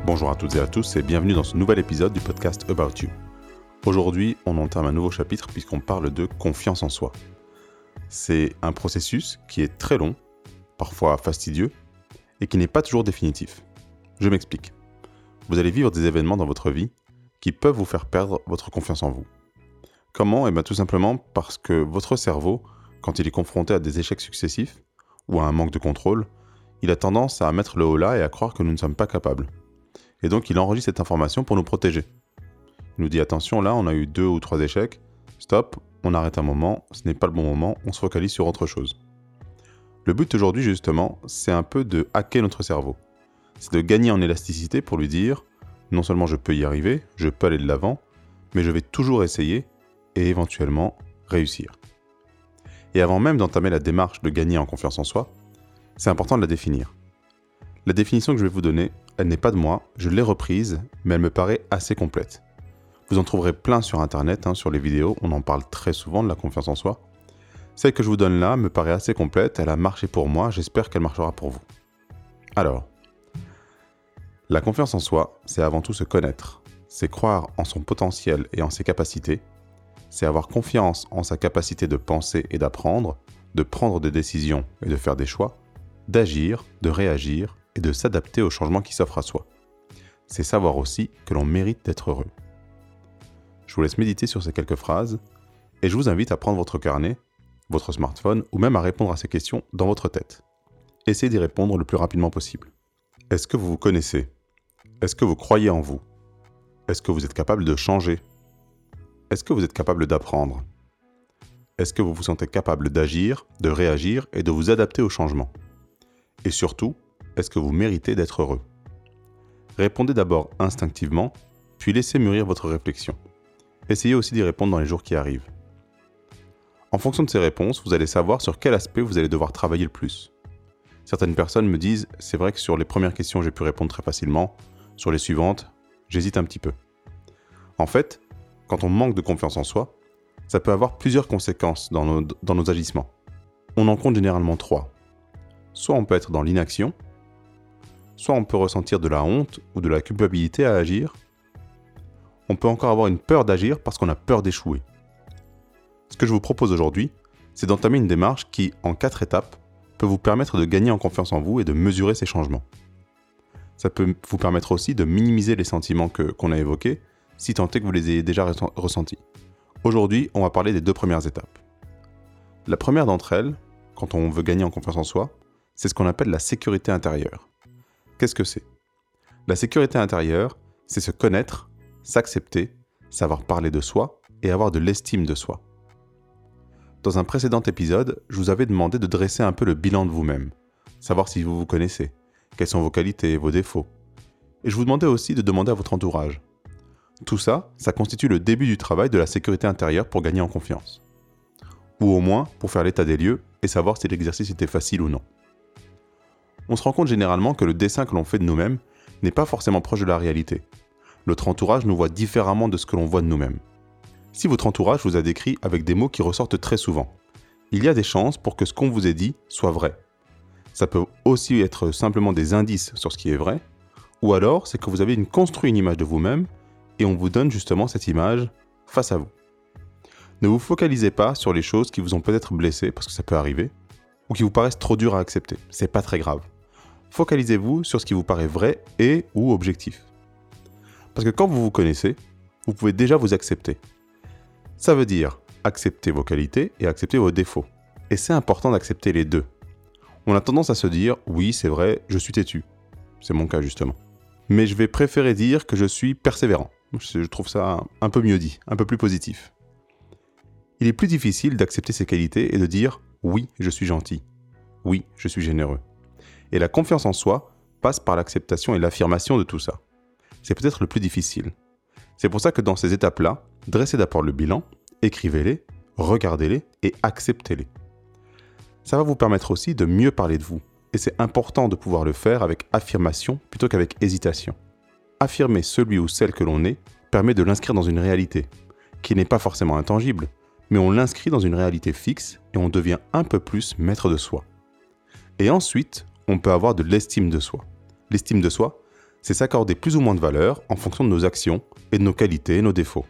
Bonjour à toutes et à tous et bienvenue dans ce nouvel épisode du podcast About You. Aujourd'hui, on entame un nouveau chapitre puisqu'on parle de confiance en soi. C'est un processus qui est très long, parfois fastidieux, et qui n'est pas toujours définitif. Je m'explique. Vous allez vivre des événements dans votre vie qui peuvent vous faire perdre votre confiance en vous. Comment ? Tout simplement parce que votre cerveau, quand il est confronté à des échecs successifs ou à un manque de contrôle, il a tendance à mettre le holà et à croire que nous ne sommes pas capables. Et donc il enregistre cette information pour nous protéger. Il nous dit attention, là on a eu 2 ou 3 échecs, stop, on arrête un moment, ce n'est pas le bon moment, on se focalise sur autre chose. Le but aujourd'hui justement, c'est un peu de hacker notre cerveau. C'est de gagner en élasticité pour lui dire, non seulement je peux y arriver, je peux aller de l'avant, mais je vais toujours essayer et éventuellement réussir. Et avant même d'entamer la démarche de gagner en confiance en soi, c'est important de la définir. La définition que je vais vous donner, elle n'est pas de moi, je l'ai reprise, mais elle me paraît assez complète. Vous en trouverez plein sur internet, sur les vidéos, on en parle très souvent de la confiance en soi. Celle que je vous donne là me paraît assez complète, elle a marché pour moi, j'espère qu'elle marchera pour vous. Alors, la confiance en soi, c'est avant tout se connaître, c'est croire en son potentiel et en ses capacités, c'est avoir confiance en sa capacité de penser et d'apprendre, de prendre des décisions et de faire des choix, d'agir, de réagir et de s'adapter aux changements qui s'offrent à soi. C'est savoir aussi que l'on mérite d'être heureux. Je vous laisse méditer sur ces quelques phrases et je vous invite à prendre votre carnet, votre smartphone ou même à répondre à ces questions dans votre tête. Essayez d'y répondre le plus rapidement possible. Est-ce que vous vous connaissez ? Est-ce que vous croyez en vous ? Est-ce que vous êtes capable de changer ? Est-ce que vous êtes capable d'apprendre ? Est-ce que vous vous sentez capable d'agir, de réagir et de vous adapter aux changements ? Et surtout, est-ce que vous méritez d'être heureux ? Répondez d'abord instinctivement, puis laissez mûrir votre réflexion. Essayez aussi d'y répondre dans les jours qui arrivent. En fonction de ces réponses, vous allez savoir sur quel aspect vous allez devoir travailler le plus. Certaines personnes me disent « c'est vrai que sur les premières questions j'ai pu répondre très facilement, sur les suivantes, j'hésite un petit peu ». En fait, quand on manque de confiance en soi, ça peut avoir plusieurs conséquences dans nos agissements. On en compte généralement 3. Soit on peut être dans l'inaction, soit on peut ressentir de la honte ou de la culpabilité à agir. On peut encore avoir une peur d'agir parce qu'on a peur d'échouer. Ce que je vous propose aujourd'hui, c'est d'entamer une démarche qui, en 4 étapes, peut vous permettre de gagner en confiance en vous et de mesurer ces changements. Ça peut vous permettre aussi de minimiser les sentiments qu'on a évoqués, si tant est que vous les ayez déjà ressentis. Aujourd'hui, on va parler des 2 premières étapes. La première d'entre elles, quand on veut gagner en confiance en soi, c'est ce qu'on appelle la sécurité intérieure. Qu'est-ce que c'est ? La sécurité intérieure, c'est se connaître, s'accepter, savoir parler de soi et avoir de l'estime de soi. Dans un précédent épisode, je vous avais demandé de dresser un peu le bilan de vous-même, savoir si vous vous connaissez, quelles sont vos qualités, vos défauts. Et je vous demandais aussi de demander à votre entourage. Tout ça, ça constitue le début du travail de la sécurité intérieure pour gagner en confiance. Ou au moins pour faire l'état des lieux et savoir si l'exercice était facile ou non. On se rend compte généralement que le dessin que l'on fait de nous-mêmes n'est pas forcément proche de la réalité. Notre entourage nous voit différemment de ce que l'on voit de nous-mêmes. Si votre entourage vous a décrit avec des mots qui ressortent très souvent, il y a des chances pour que ce qu'on vous ait dit soit vrai. Ça peut aussi être simplement des indices sur ce qui est vrai, ou alors c'est que vous avez construit une image de vous-même et on vous donne justement cette image face à vous. Ne vous focalisez pas sur les choses qui vous ont peut-être blessé, parce que ça peut arriver, ou qui vous paraissent trop dures à accepter. C'est pas très grave. Focalisez-vous sur ce qui vous paraît vrai et ou objectif. Parce que quand vous vous connaissez, vous pouvez déjà vous accepter. Ça veut dire accepter vos qualités et accepter vos défauts. Et c'est important d'accepter les 2. On a tendance à se dire « oui, c'est vrai, je suis têtu ». C'est mon cas justement. Mais je vais préférer dire que je suis persévérant. Je trouve ça un peu mieux dit, un peu plus positif. Il est plus difficile d'accepter ses qualités et de dire « oui, je suis gentil ». « Oui, je suis généreux ». Et la confiance en soi passe par l'acceptation et l'affirmation de tout ça. C'est peut-être le plus difficile. C'est pour ça que dans ces étapes-là, dressez d'abord le bilan, écrivez-les, regardez-les et acceptez-les. Ça va vous permettre aussi de mieux parler de vous. Et c'est important de pouvoir le faire avec affirmation plutôt qu'avec hésitation. Affirmer celui ou celle que l'on est permet de l'inscrire dans une réalité, qui n'est pas forcément intangible, mais on l'inscrit dans une réalité fixe et on devient un peu plus maître de soi. Et ensuite, on peut avoir de l'estime de soi. L'estime de soi, c'est s'accorder plus ou moins de valeur en fonction de nos actions et de nos qualités et nos défauts.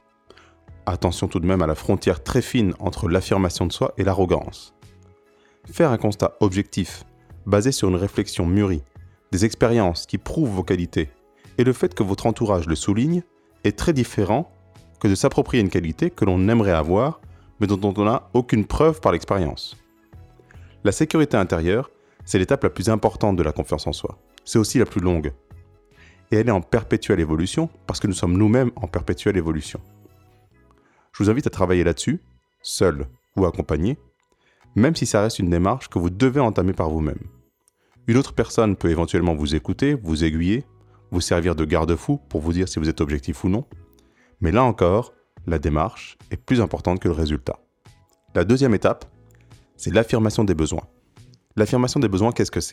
Attention tout de même à la frontière très fine entre l'affirmation de soi et l'arrogance. Faire un constat objectif, basé sur une réflexion mûrie, des expériences qui prouvent vos qualités, et le fait que votre entourage le souligne, est très différent que de s'approprier une qualité que l'on aimerait avoir, mais dont on n'a aucune preuve par l'expérience. La sécurité intérieure, c'est l'étape la plus importante de la confiance en soi. C'est aussi la plus longue. Et elle est en perpétuelle évolution parce que nous sommes nous-mêmes en perpétuelle évolution. Je vous invite à travailler là-dessus, seul ou accompagné, même si ça reste une démarche que vous devez entamer par vous-même. Une autre personne peut éventuellement vous écouter, vous aiguiller, vous servir de garde-fou pour vous dire si vous êtes objectif ou non. Mais là encore, la démarche est plus importante que le résultat. La deuxième étape, c'est l'affirmation des besoins. L'affirmation des besoins, qu'est-ce que c'est ?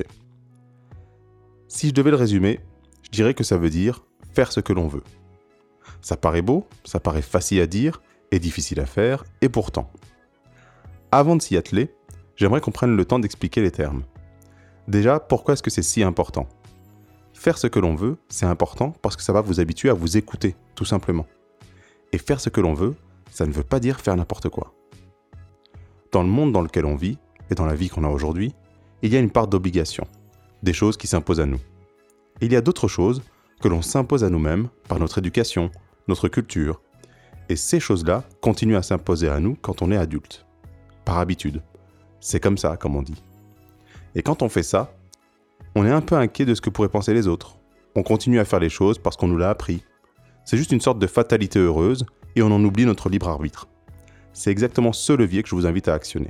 Si je devais le résumer, je dirais que ça veut dire faire ce que l'on veut. Ça paraît beau, ça paraît facile à dire et difficile à faire, et pourtant. Avant de s'y atteler, j'aimerais qu'on prenne le temps d'expliquer les termes. Déjà, pourquoi est-ce que c'est si important ? Faire ce que l'on veut, c'est important parce que ça va vous habituer à vous écouter, tout simplement. Et faire ce que l'on veut, ça ne veut pas dire faire n'importe quoi. Dans le monde dans lequel on vit, et dans la vie qu'on a aujourd'hui, il y a une part d'obligation, des choses qui s'imposent à nous. Et il y a d'autres choses que l'on s'impose à nous-mêmes par notre éducation, notre culture, et ces choses-là continuent à s'imposer à nous quand on est adulte. Par habitude. C'est comme ça, comme on dit. Et quand on fait ça, on est un peu inquiet de ce que pourraient penser les autres. On continue à faire les choses parce qu'on nous l'a appris. C'est juste une sorte de fatalité heureuse et on en oublie notre libre arbitre. C'est exactement ce levier que je vous invite à actionner.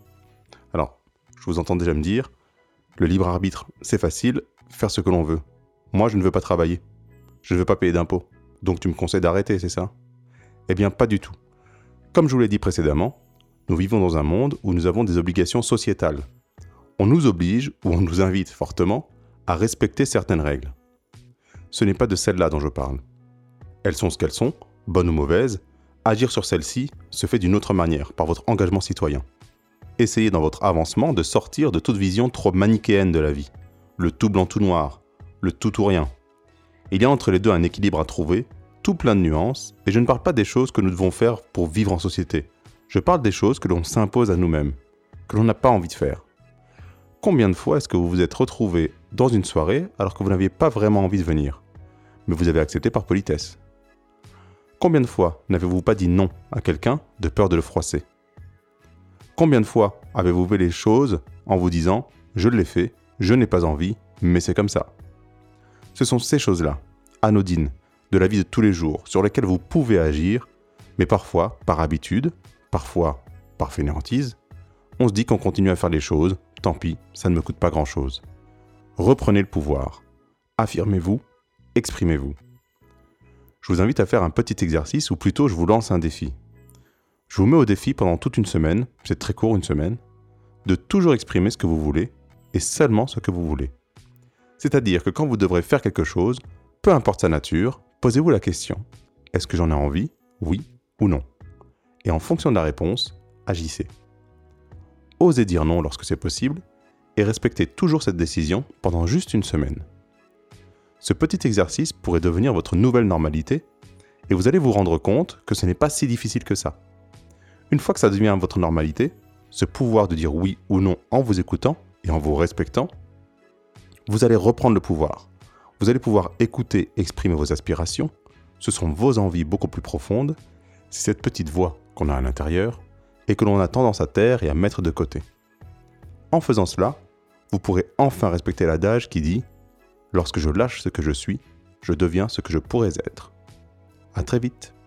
Alors, je vous entends déjà me dire, le libre arbitre, c'est facile, faire ce que l'on veut. Moi, je ne veux pas travailler. Je ne veux pas payer d'impôts. Donc tu me conseilles d'arrêter, c'est ça ? Eh bien, pas du tout. Comme je vous l'ai dit précédemment, nous vivons dans un monde où nous avons des obligations sociétales. On nous oblige, ou on nous invite fortement, à respecter certaines règles. Ce n'est pas de celles-là dont je parle. Elles sont ce qu'elles sont, bonnes ou mauvaises. Agir sur celles-ci se fait d'une autre manière, par votre engagement citoyen. Essayez dans votre avancement de sortir de toute vision trop manichéenne de la vie. Le tout blanc tout noir, le tout ou rien. Il y a entre les deux un équilibre à trouver, tout plein de nuances, et je ne parle pas des choses que nous devons faire pour vivre en société. Je parle des choses que l'on s'impose à nous-mêmes, que l'on n'a pas envie de faire. Combien de fois est-ce que vous vous êtes retrouvé dans une soirée alors que vous n'aviez pas vraiment envie de venir, mais vous avez accepté par politesse ? Combien de fois n'avez-vous pas dit non à quelqu'un de peur de le froisser ? Combien de fois avez-vous fait les choses en vous disant « je l'ai fait, je n'ai pas envie, mais c'est comme ça ». Ce sont ces choses-là, anodines, de la vie de tous les jours, sur lesquelles vous pouvez agir, mais parfois par habitude, parfois par fainéantise, on se dit qu'on continue à faire les choses, tant pis, ça ne me coûte pas grand-chose. Reprenez le pouvoir, affirmez-vous, exprimez-vous. Je vous invite à faire un petit exercice, ou plutôt je vous lance un défi. Je vous mets au défi pendant toute une semaine, c'est très court une semaine, de toujours exprimer ce que vous voulez, et seulement ce que vous voulez. C'est-à-dire que quand vous devrez faire quelque chose, peu importe sa nature, posez-vous la question, est-ce que j'en ai envie, oui ou non ? Et en fonction de la réponse, agissez. Osez dire non lorsque c'est possible, et respectez toujours cette décision pendant juste une semaine. Ce petit exercice pourrait devenir votre nouvelle normalité, et vous allez vous rendre compte que ce n'est pas si difficile que ça. Une fois que ça devient votre normalité, ce pouvoir de dire oui ou non en vous écoutant et en vous respectant, vous allez reprendre le pouvoir. Vous allez pouvoir écouter, exprimer vos aspirations, ce sont vos envies beaucoup plus profondes, c'est cette petite voix qu'on a à l'intérieur et que l'on a tendance à taire et à mettre de côté. En faisant cela, vous pourrez enfin respecter l'adage qui dit « Lorsque je lâche ce que je suis, je deviens ce que je pourrais être ». À très vite.